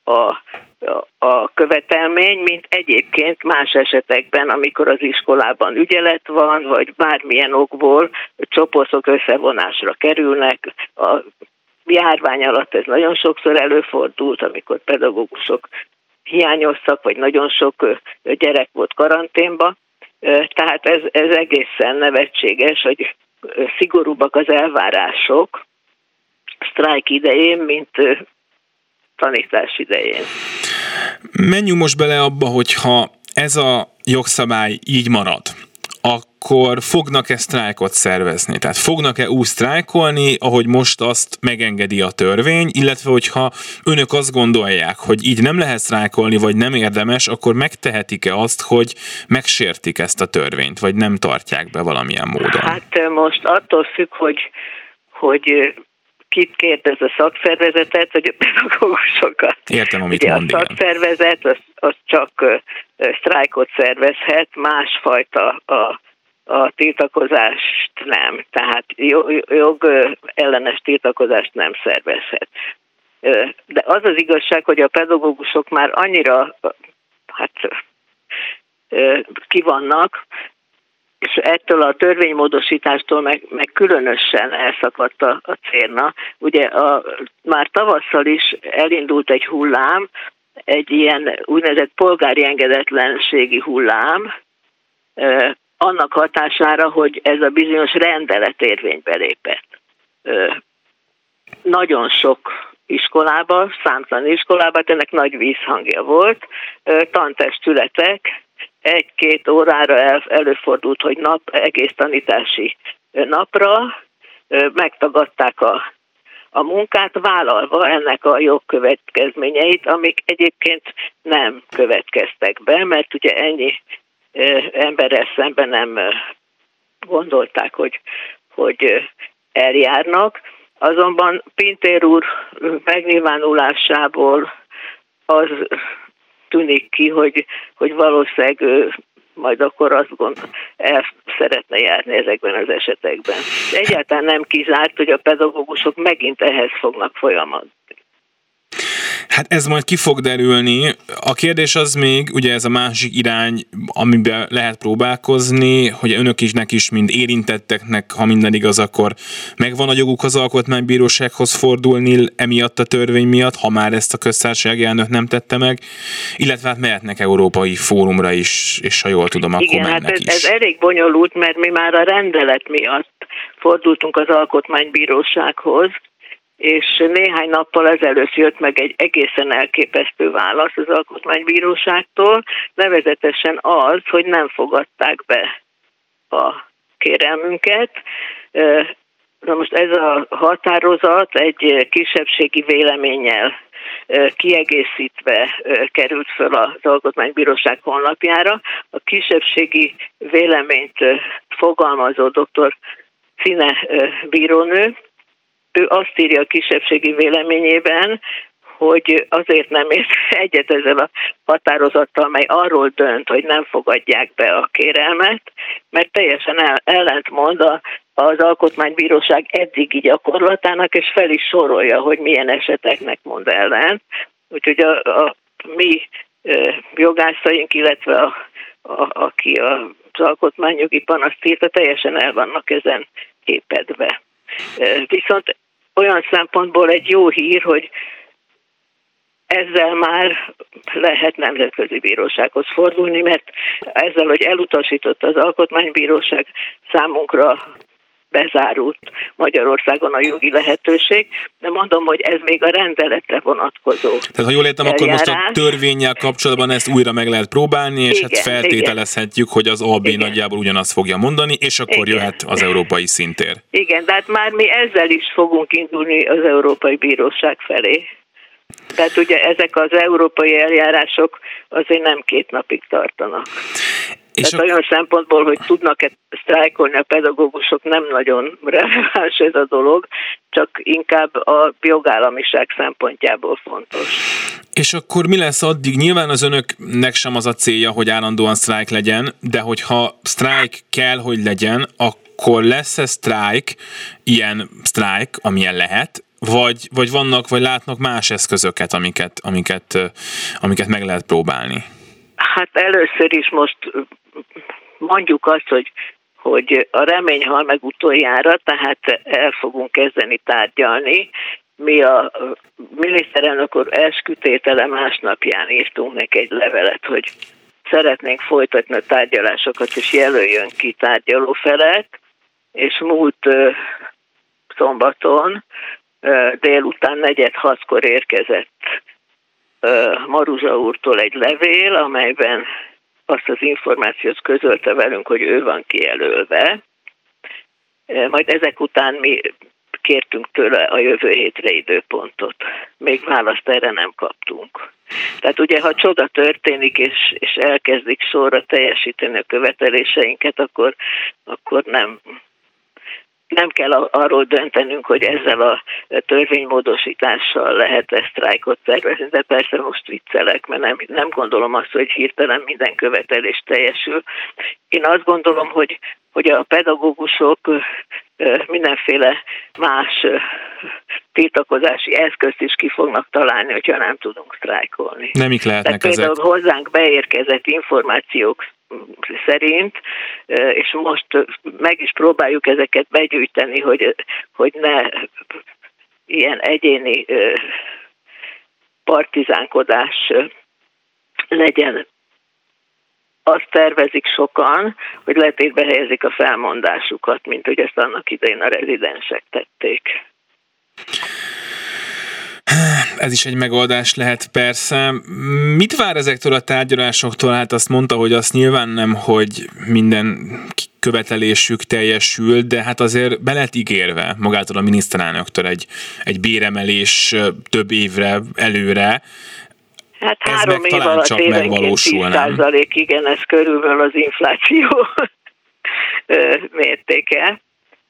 a követelmény, mint egyébként más esetekben, amikor az iskolában ügyelet van, vagy bármilyen okból csoportok összevonásra kerülnek. A járvány alatt ez nagyon sokszor előfordult, amikor pedagógusok hiányoztak, vagy nagyon sok gyerek volt karanténba. Tehát ez egészen nevetséges, hogy szigorúbbak az elvárások sztrájk idején, mint tanítás idején. Menjünk most bele abba, hogyha ez a jogszabály így marad, akkor fognak-e sztrájkot szervezni? Tehát fognak-e úgy sztrájkolni, ahogy most azt megengedi a törvény, illetve hogyha önök azt gondolják, hogy így nem lehet sztrájkolni, vagy nem érdemes, akkor megtehetik-e azt, hogy megsértik ezt a törvényt, vagy nem tartják be valamilyen módon? Hát most attól függ, hogy kit kérdez a szakszervezetet, vagy a pedagógusokat. Értem, amit mond, a szakszervezet az csak sztrájkot szervezhet, másfajta a tiltakozást nem. Tehát jog ellenes tiltakozást nem szervezhet. De az az igazság, hogy a pedagógusok már annyira kivannak, és ettől a törvénymódosítástól meg különösen elszakadt a cérna. Ugye már tavasszal is elindult egy hullám, egy ilyen úgynevezett polgári engedetlenségi hullám, annak hatására, hogy ez a bizonyos rendelet érvénybe lépett. Nagyon sok iskolában, számtalan iskolában, ennek nagy vízhangja volt, tantestületek, 1-2 órára előfordult, hogy egész tanítási napra megtagadták a munkát, vállalva ennek a jogkövetkezményeit, amik egyébként nem következtek be, mert ugye ennyi emberrel szemben nem gondolták, hogy eljárnak. Azonban Pintér úr megnyilvánulásából az tűnik ki, hogy valószínűleg majd akkor azt el szeretne járni ezekben az esetekben. Egyáltalán nem kizárt, hogy a pedagógusok megint ehhez fognak folyamodni. Hát ez majd ki fog derülni. A kérdés az még, ugye ez a másik irány, amiben lehet próbálkozni, hogy önök is, mint érintetteknek, ha minden igaz, akkor megvan a joguk az alkotmánybírósághoz fordulni emiatt a törvény miatt, ha már ezt a köztársasági elnök nem tette meg, illetve hát mehetnek európai fórumra is, és ha jól tudom, akkor igen, mennek hát is. Ez elég bonyolult, mert mi már a rendelet miatt fordultunk az alkotmánybírósághoz, és néhány nappal ezelőtt jött meg egy egészen elképesztő válasz az Alkotmánybíróságtól, nevezetesen az, hogy nem fogadták be a kérelmünket. Na most ez a határozat egy kisebbségi véleménnyel kiegészítve került föl az Alkotmánybíróság honlapjára. A kisebbségi véleményt fogalmazó dr. Cine bírónő, ő azt írja a kisebbségi véleményében, hogy azért nem ért egyet ezzel a határozattal, mely arról dönt, hogy nem fogadják be a kérelmet, mert teljesen ellentmond az Alkotmánybíróság eddigi gyakorlatának, és fel is sorolja, hogy milyen eseteknek mond ellen. Úgyhogy a mi jogászaink, illetve aki az alkotmányjogi panaszt írta, teljesen el vannak ezen képedve. Viszont olyan szempontból egy jó hír, hogy ezzel már lehet nemzetközi bírósághoz fordulni, mert ezzel, hogy elutasított az Alkotmánybíróság, számunkra bezárult Magyarországon a jogi lehetőség, de mondom, hogy ez még a rendeletre vonatkozó. Tehát ha jól értem, akkor most a törvénnyel kapcsolatban ezt újra meg lehet próbálni, és igen, hát feltételezhetjük, igen, hogy az AB igen, nagyjából ugyanazt fogja mondani, és akkor igen, jöhet az európai szintér. Igen, de hát már mi ezzel is fogunk indulni az Európai Bíróság felé. Tehát ugye ezek az európai eljárások azért nem 2 napig tartanak. Tehát olyan szempontból, hogy tudnak-e sztrájkolni a pedagógusok, nem nagyon releváns ez a dolog, csak inkább a jogállamiság szempontjából fontos. És akkor mi lesz addig? Nyilván az önöknek sem az a célja, hogy állandóan sztrájk legyen, de hogyha sztrájk kell, hogy legyen, akkor lesz-e sztrájk, ilyen sztrájk, amilyen lehet, vagy vannak, vagy látnak más eszközöket, amiket meg lehet próbálni? Hát először is most mondjuk azt, hogy a remény hal meg utoljára, tehát el fogunk kezdeni tárgyalni. Mi a miniszterelnök úr eskütétele másnapján írtunk neki egy levelet, hogy szeretnénk folytatni a tárgyalásokat, és jelöljön ki tárgyalófelet, és múlt szombaton délután 4:30-kor érkezett Maruzsa úrtól egy levél, amelyben azt az információt közölte velünk, hogy ő van kijelölve. Majd ezek után mi kértünk tőle a jövő hétre időpontot. Még választ erre nem kaptunk. Tehát ugye, ha csoda történik, és elkezdik sorra teljesíteni a követeléseinket, akkor nem kell arról döntenünk, hogy ezzel a törvénymódosítással lehet sztrájkot szervezni, de persze most viccelek, mert nem gondolom azt, hogy hirtelen minden követelés teljesül. Én azt gondolom, hogy a pedagógusok mindenféle más tiltakozási eszközt is ki fognak találni, hogyha nem tudunk sztrájkolni. Nem is lehetnek ezek. Például hozzánk beérkezett információk szerint, és most meg is próbáljuk ezeket begyűjteni, hogy ne ilyen egyéni partizánkodás legyen. Azt tervezik sokan, hogy letétbe helyezik a felmondásukat, mint hogy ezt annak idején a rezidensek tették. Ez is egy megoldás lehet persze. Mit vár ezektől a tárgyalásoktól? Hát azt mondta, hogy azt nyilván nem, hogy minden követelésük teljesül, de hát azért be lett ígérve magától a miniszterelnöktől egy béremelés több évre előre. Hát 3 év alatt évenként 10%, igen, ez körülbelül az infláció mértéke.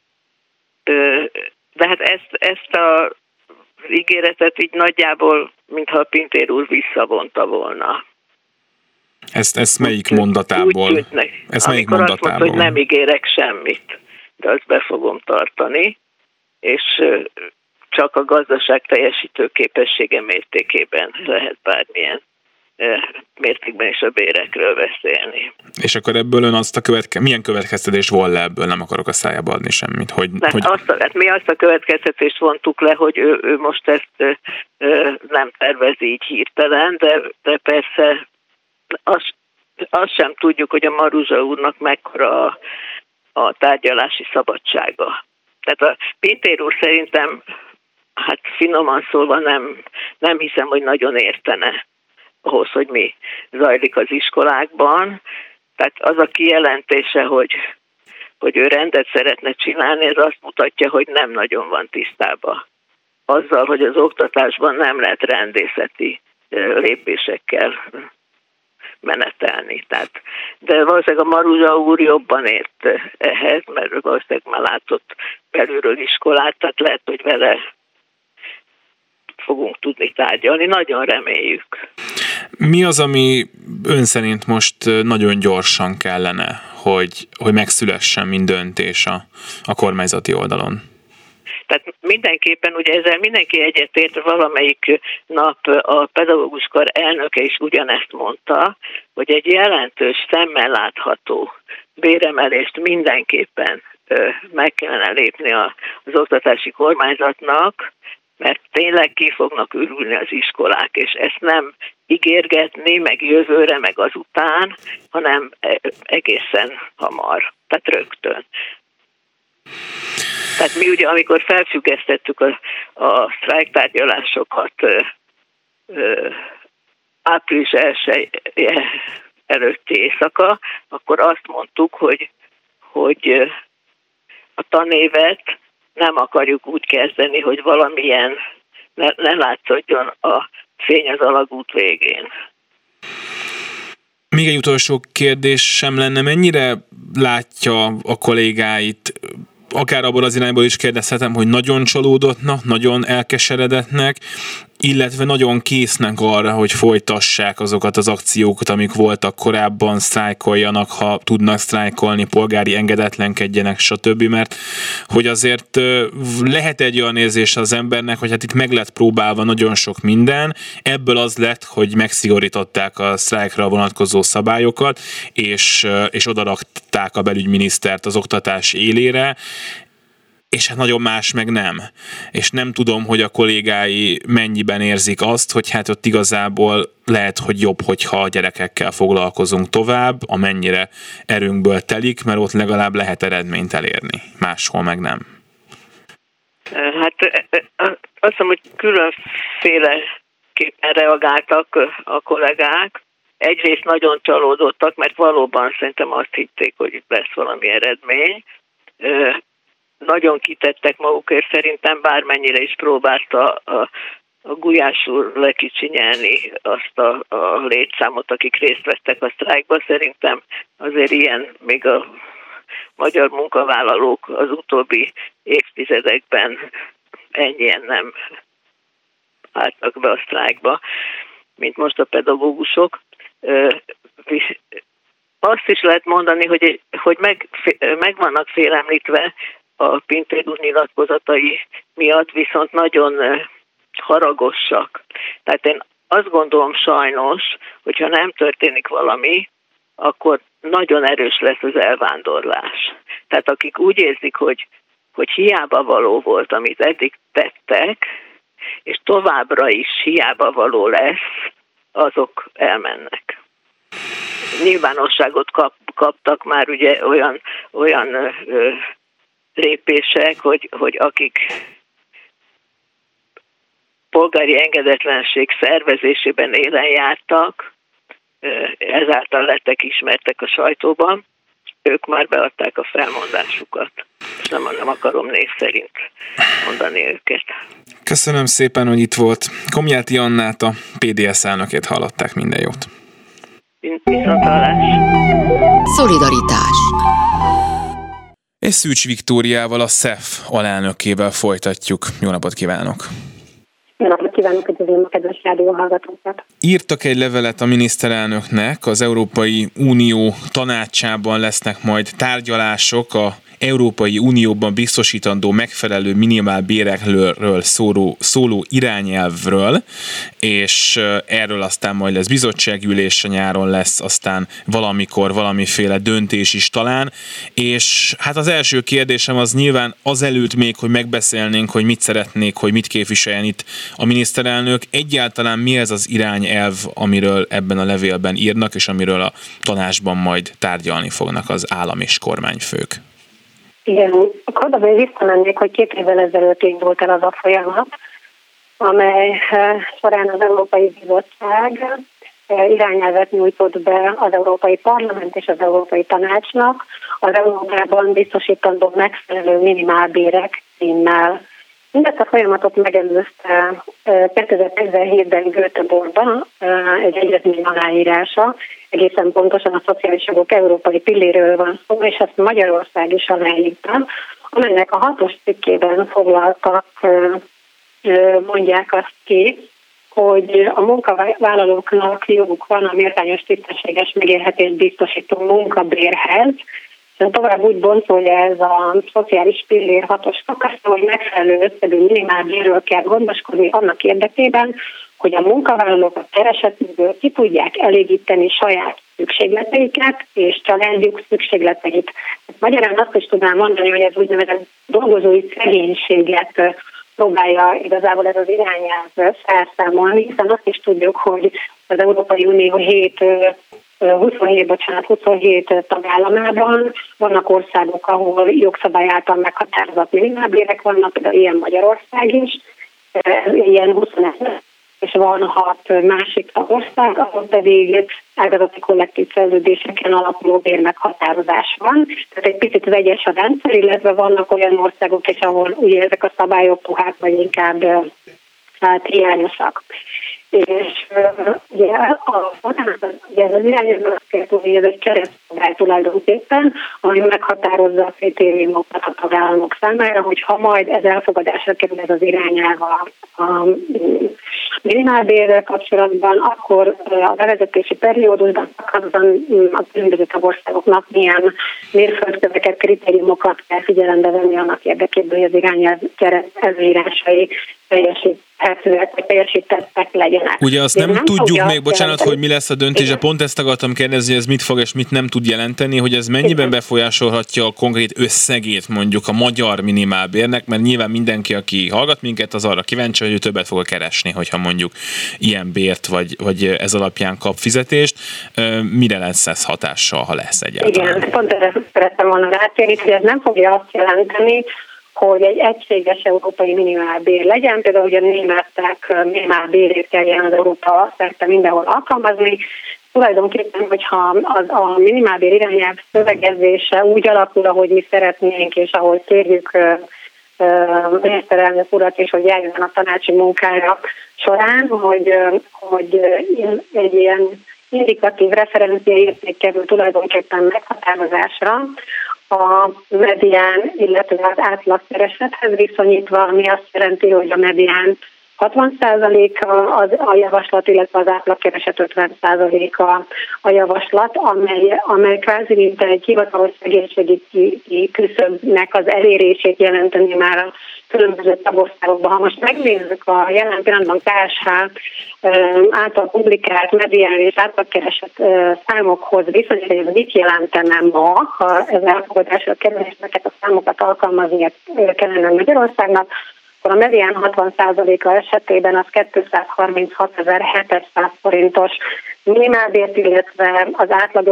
De hát ezt a ígéretet így nagyjából, mintha Pintér úr visszavonta volna. Ezt melyik mondatából? Úgy tűnt, amikor azt mondta, hogy nem ígérek semmit, de azt be fogom tartani, és csak a gazdaság teljesítő képessége mértékében lehet bármilyen mértékben is a bérekről beszélni. És akkor ebből ön milyen következtetés von le ebből? Nem akarok a szájába adni semmit. Mi azt a következtetést vontuk le, hogy ő most ezt nem tervezi így hirtelen, de persze azt sem tudjuk, hogy a Maruzsa úrnak mekkora a tárgyalási szabadsága. Tehát a Pintér úr szerintem, hát finoman szólva nem hiszem, hogy nagyon értene ahhoz, hogy mi zajlik az iskolákban. Tehát az a kijelentése, hogy ő rendet szeretne csinálni, ez azt mutatja, hogy nem nagyon van tisztában azzal, hogy az oktatásban nem lehet rendészeti lépésekkel menetelni. De valószínűleg a Maruzsa úr jobban ért ehhez, mert valószínűleg már látott belülről iskolát, tehát lehet, hogy vele fogunk tudni tárgyalni. Nagyon reméljük. Mi az, ami ön szerint most nagyon gyorsan kellene, hogy megszülessen, mint döntés a kormányzati oldalon? Tehát mindenképpen, ugye ezzel mindenki egyetért, valamelyik nap a pedagógus kar elnöke is ugyanezt mondta, hogy egy jelentős, szemmel látható béremelést mindenképpen meg kellene lépni az oktatási kormányzatnak, mert tényleg ki fognak ürülni az iskolák, és ezt nem ígérgetni, meg jövőre, meg azután, hanem egészen hamar, tehát rögtön. Tehát mi ugye, amikor felfüggesztettük a sztrájktárgyalásokat április 1 előtti éjszaka, akkor azt mondtuk, hogy a tanévet nem akarjuk úgy kezdeni, hogy valamilyen ne látszódjon a fény az alagút végén. Még egy utolsó kérdésem lenne, mennyire látja a kollégáit, akár abból az irányból is kérdezhetem, hogy nagyon csalódottnak, nagyon elkeseredetnek, illetve nagyon késznek arra, hogy folytassák azokat az akciókat, amik voltak korábban, sztrájkoljanak, ha tudnak sztrájkolni, polgári engedetlenkedjenek, stb. Mert hogy azért lehet egy olyan érzés az embernek, hogy hát itt meg lett próbálva nagyon sok minden, ebből az lett, hogy megszigorították a sztrájkra vonatkozó szabályokat, és odarakták a belügyminisztert az oktatás élére, és hát nagyon más meg nem. És nem tudom, hogy a kollégái mennyiben érzik azt, hogy hát ott igazából lehet, hogy jobb, hogyha a gyerekekkel foglalkozunk tovább, amennyire erőnkből telik, mert ott legalább lehet eredményt elérni. Máshol meg nem. Hát azt hiszem, hogy különféleképpen reagáltak a kollégák. Egyrészt nagyon csalódottak, mert valóban szerintem azt hitték, hogy itt lesz valami eredmény. Nagyon kitettek magukért, szerintem bármennyire is próbálta a Gulyás úr lekicsinyelni azt a létszámot, akik részt vettek a sztrájkba. Szerintem azért ilyen még a magyar munkavállalók az utóbbi évtizedekben ennyien nem álltak be a sztrájkba, mint most a pedagógusok. Azt is lehet mondani, hogy meg vannak félemlítve a Pintér úr nyilatkozatai miatt, viszont nagyon haragosak. Tehát én azt gondolom sajnos, hogyha nem történik valami, akkor nagyon erős lesz az elvándorlás. Tehát akik úgy érzik, hogy hiába való volt, amit eddig tettek, és továbbra is hiába való lesz, azok elmennek. Nyilvánosságot kaptak már ugye olyan lépések, hogy akik polgári engedetlenség szervezésében élen jártak, ezáltal lettek ismertek a sajtóban, ők már beadták a felmondásukat, és nem akarom név szerint mondani őket. Köszönöm szépen, hogy itt volt. Komjáti Annát, a PDS elnökét hallották, minden jót. Viszontlátás. Szolidaritás. És Szűcs Viktóriával, a SZEF alelnökével folytatjuk. Jó napot kívánok! Jó napot kívánok, üdvözlöm a kedves rádióhallgatókat! Írtak egy levelet a miniszterelnöknek, az Európai Unió tanácsában lesznek majd tárgyalások a Európai Unióban biztosítandó megfelelő minimálbérekről szóló irányelvről, és erről aztán majd lesz bizottságülés, a nyáron lesz aztán valamikor valamiféle döntés is talán, és hát az első kérdésem az nyilván azelőtt még, hogy megbeszélnénk, hogy mit szeretnék, hogy mit képviseljen itt a miniszterelnök, egyáltalán mi ez az irányelv, amiről ebben a levélben írnak, és amiről a tanácsban majd tárgyalni fognak az állam és kormányfők? Igen, akkor oda még visszamennék, hogy 2 évvel ezelőtt indult el az a folyamat, amely során az Európai Bizottság irányelvet nyújtott be az Európai Parlament és az Európai Tanácsnak az Európában biztosítandó megfelelő minimálbérek címmel. Mindezt a folyamatot megelőzte 2017-ben Göteborgban egy egyezmény aláírása, egészen pontosan a szociális jogok európai pilléről van szó, és ezt Magyarország is aláírta, amelynek a 6. cikkében foglaltak, mondják azt ki, hogy a munkavállalóknak joguk van a méltányos tisztességes megélhetést biztosító munkabérhez. Tovább úgy boncolja ez a szociális pillér 6-os szakaszra, hogy megfelelő összegű minimálbérről kell gondoskodni annak érdekében, hogy a munkavállalók a keresetükből ki tudják elégíteni saját szükségleteiket és családjuk szükségleteit. Magyarán azt is tudnám mondani, hogy ez úgynevezett dolgozói szegénységet próbálja igazából ez az irányelv felszámolni, hiszen azt is tudjuk, hogy az Európai Unió 7 27 tagállamában. Vannak országok, ahol jogszabály által meghatározott minimálbérek vannak, például ilyen Magyarország is, ilyen 21, és van 6 másik tagország, ahol pedig ágazati kollektív szerződéseken alapuló bérmeghatározás van. Tehát egy picit vegyes a rendszer, illetve vannak olyan országok is, ahol ugye ezek a szabályok puhák, vagy inkább hiányosak. És ugye ez az irányban azt kell tudni, hogy ez egy keresztszabály tulajdonképpen, ami meghatározza a kritériumokat a tagállamok számára, hogy ha majd ez elfogadásra kerül ez az irányelv a minimálbérrel kapcsolatban, akkor a bevezetési periódusban azon a különböző tagországoknak milyen mérföldköveket, kritériumokat kell figyelembe venni annak érdekében, hogy az irányelv előírásai teljesíthetőek, vagy teljesítettek legyenek. Ugye azt nem tudjuk még, bocsánat, hogy mi lesz a döntés, de pont ezt akartam kérdezni, hogy ez mit fog és mit nem tud jelenteni, hogy ez mennyiben befolyásolhatja a konkrét összegét mondjuk a magyar minimálbérnek, mert nyilván mindenki, aki hallgat minket, az arra kíváncsi, hogy ő többet fog keresni, hogyha mondjuk ilyen bért, vagy ez alapján kap fizetést. Mire lesz ez hatással, ha lesz egyáltalán? Igen, pont erre szerettem volna rátérni, hogy ez nem fogja azt jelenteni, hogy egy egységes európai minimálbér legyen, például hogy a németek minimálbérét kelljen az Európa szerte mindenhol alkalmazni. Tulajdonképpen, hogyha a minimálbér irányelv szövegezése úgy alakul, ahogy mi szeretnénk, és ahogy kérjük miniszterelnök urat is, hogy járjon a tanácsi munkára során, hogy egy ilyen indikatív referenciaérték kerül tulajdonképpen meghatározásra, a medián, illetve az átlagkeresethez viszonyítva, ami azt jelenti, hogy a medián 60% a javaslat, illetve az átlagkereset 50% a javaslat, amely kvázi mint egy hivatalos szegénységi küszöbnek az elérését jelenteni már a különböző tagországokban. Ha most megnézzük a jelen pillanatban KSH által publikált medián és átlagkereset számokhoz viszont, hogy ez mit jelentene ma, ha ez elfogadásra kerül, és neked a számokat alkalmaznia kellene Magyarországnak, akkor a medián 60%-a esetében az 236.700 forintos minimálbért, illetve az átlag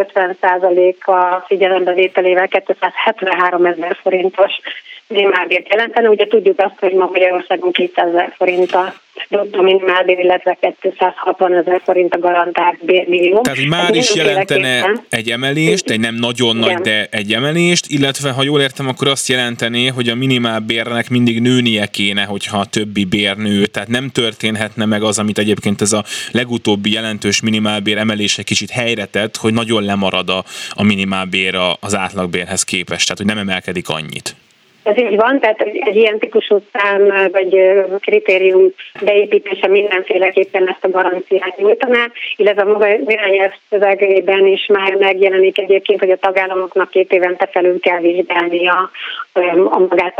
50%-a figyelembevételével 273.000 forintos minimálbért jelentene. Ugye tudjuk azt, hogy ma Magyarországon 200.000 forint a bruttó minimálbér, illetve 260.000 forint a garantált bérminimum. Tehát már is jelentene egy emelést, egy nem nagyon nagy, de egy emelést, illetve ha jól értem, akkor azt jelentené, hogy a minimálbérnek mindig nőnie kéne, hogyha a többi bér nő. Tehát nem történhetne meg az, amit egyébként ez a legutóbbi jelentős minimálbér emelése kicsit helyre tett, hogy nagyon lemarad a minimálbér az átlagbérhez képest, tehát hogy nem emelkedik annyit. Ez így van, tehát egy ilyen típusú szám vagy kritérium beépítése mindenféleképpen ezt a garanciát nyújtaná, illetve a maga irányelv szövegében is már megjelenik egyébként, hogy a tagállamoknak 2 évente felül kell vizsgálni a magát a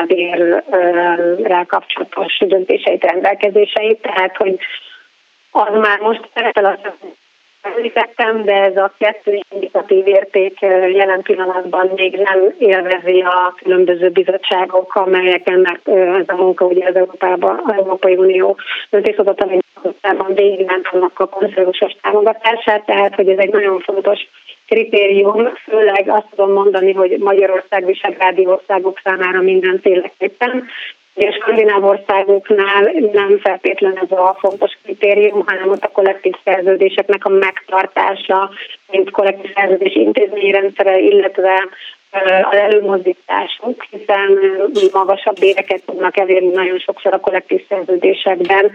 minimálbérrel kapcsolatos döntéseit, rendelkezéseit, tehát hogy az már most szerepel a említettem, de ez a 2 indikatív érték jelen pillanatban még nem élvezi a különböző bizottságok, amelyeken ez a munka ugye az Európai Unió döntéshozatali bizottságban végigment annak a konszenzusos támogatását, tehát hogy ez egy nagyon fontos kritérium, főleg azt tudom mondani, hogy Magyarország, visegrádi országok számára mindenféleképpen. A skandináv országoknál nem feltétlenül ez a fontos kritérium, hanem ott a kollektív szerződéseknek a megtartása, mint kollektív szerződés intézményrendszere, illetve az előmozdításuk, hiszen magasabb béreket tudnak elérni nagyon sokszor a kollektív szerződésekben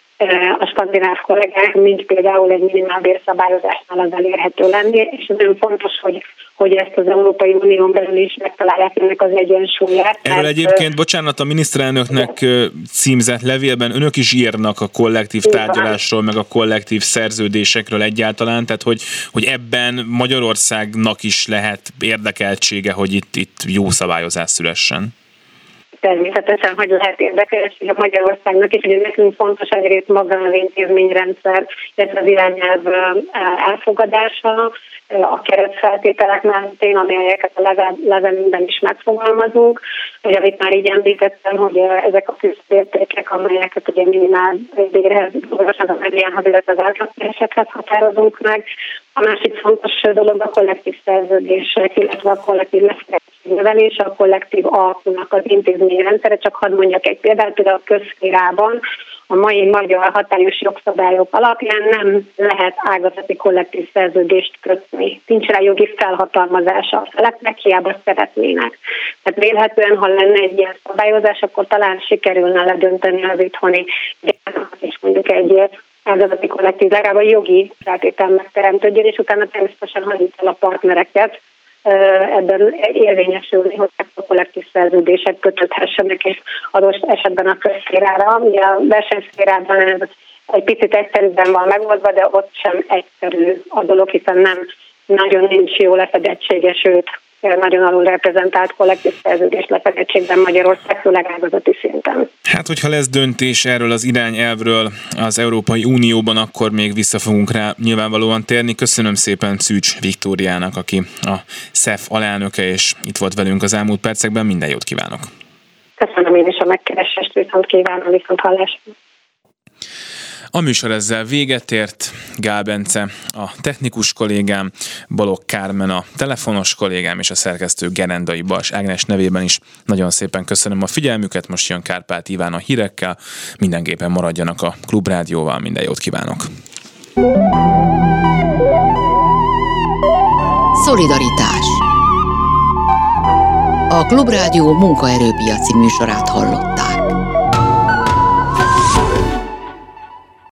a skandináv kollégák, mint például egy minimálbérszabályozásnál az elérhető lenni, és nagyon fontos, hogy ezt az Európai Unión belül is megtalálják ennek az egyensúlyát. Erről egyébként, bocsánat, a miniszterelnöknek címzett levélben önök is írnak a kollektív tárgyalásról, meg a kollektív szerződésekről egyáltalán, tehát hogy ebben Magyarországnak is lehet érdekeltsége, hogy itt jó szabályozás szülessen. természetesen, hogy lehet érdekes, hogy a Magyarországnak is, ugye nekünk fontos egyrészt maga az intézményrendszer, illetve az irányelv elfogadása, a keretfeltételek mentén, amelyeket a levelünkben is megfogalmazunk. Ugye, amit már így említettem, hogy ezek a küszöbértékek, amelyeket ugye minimál bérhez, az mediánhoz, illetve az átlagkeresethez határozunk meg. A másik fontos dolog a kollektív szerződések, illetve a kollektív lefektetési a kollektív alkunak az intézményrendszere. Csak hadd mondjak egy példát, például a közszférában a mai magyar hatályos jogszabályok alapján nem lehet ágazati kollektív szerződést kötni. Nincs rá jogi felhatalmazása a feleknek, hiába szeretnének. Tehát vélhetően, ha lenne egy ilyen szabályozás, akkor talán sikerülne ledönteni az itthoni gyárnak, és mondjuk egy ágazati kollektív, legalább jogi feltétel megteremtődjön, és utána természetesen hagyjuk el a partnereket ebben érvényesülni, hogy a kollektív szerződések kötöthessenek, és adott esetben a közszférára. Ugye a versenyszférában ez egy picit egyszerűbben van megoldva, de ott sem egyszerű a dolog, hiszen nem nagyon nincs jó lefedettsége, sőt, nagyon alul reprezentált kollektív szerződés lefedettségben Magyarország, főleg ágazati szinten. Hát, hogyha lesz döntés erről az irányelvről az Európai Unióban, akkor még vissza fogunk rá nyilvánvalóan térni. Köszönöm szépen Szűcs Viktóriának, aki a SZEF alelnöke, és itt volt velünk az elmúlt percekben. Minden jót kívánok! Köszönöm én is a megkeresést, viszont kívánom, viszont hallásra. A műsor ezzel véget ért. Gál Bence a technikus kollégám, Balogh Kármen a telefonos kollégám, és a szerkesztő Gerendai Bals Ágnes nevében is nagyon szépen köszönöm a figyelmüket. Most jön Kárpát Iván a hírekkel. Mindenképpen maradjanak a Klubrádióval. Minden jót kívánok! Szolidaritás. A Klubrádió munkaerőpiaci műsorát hallott.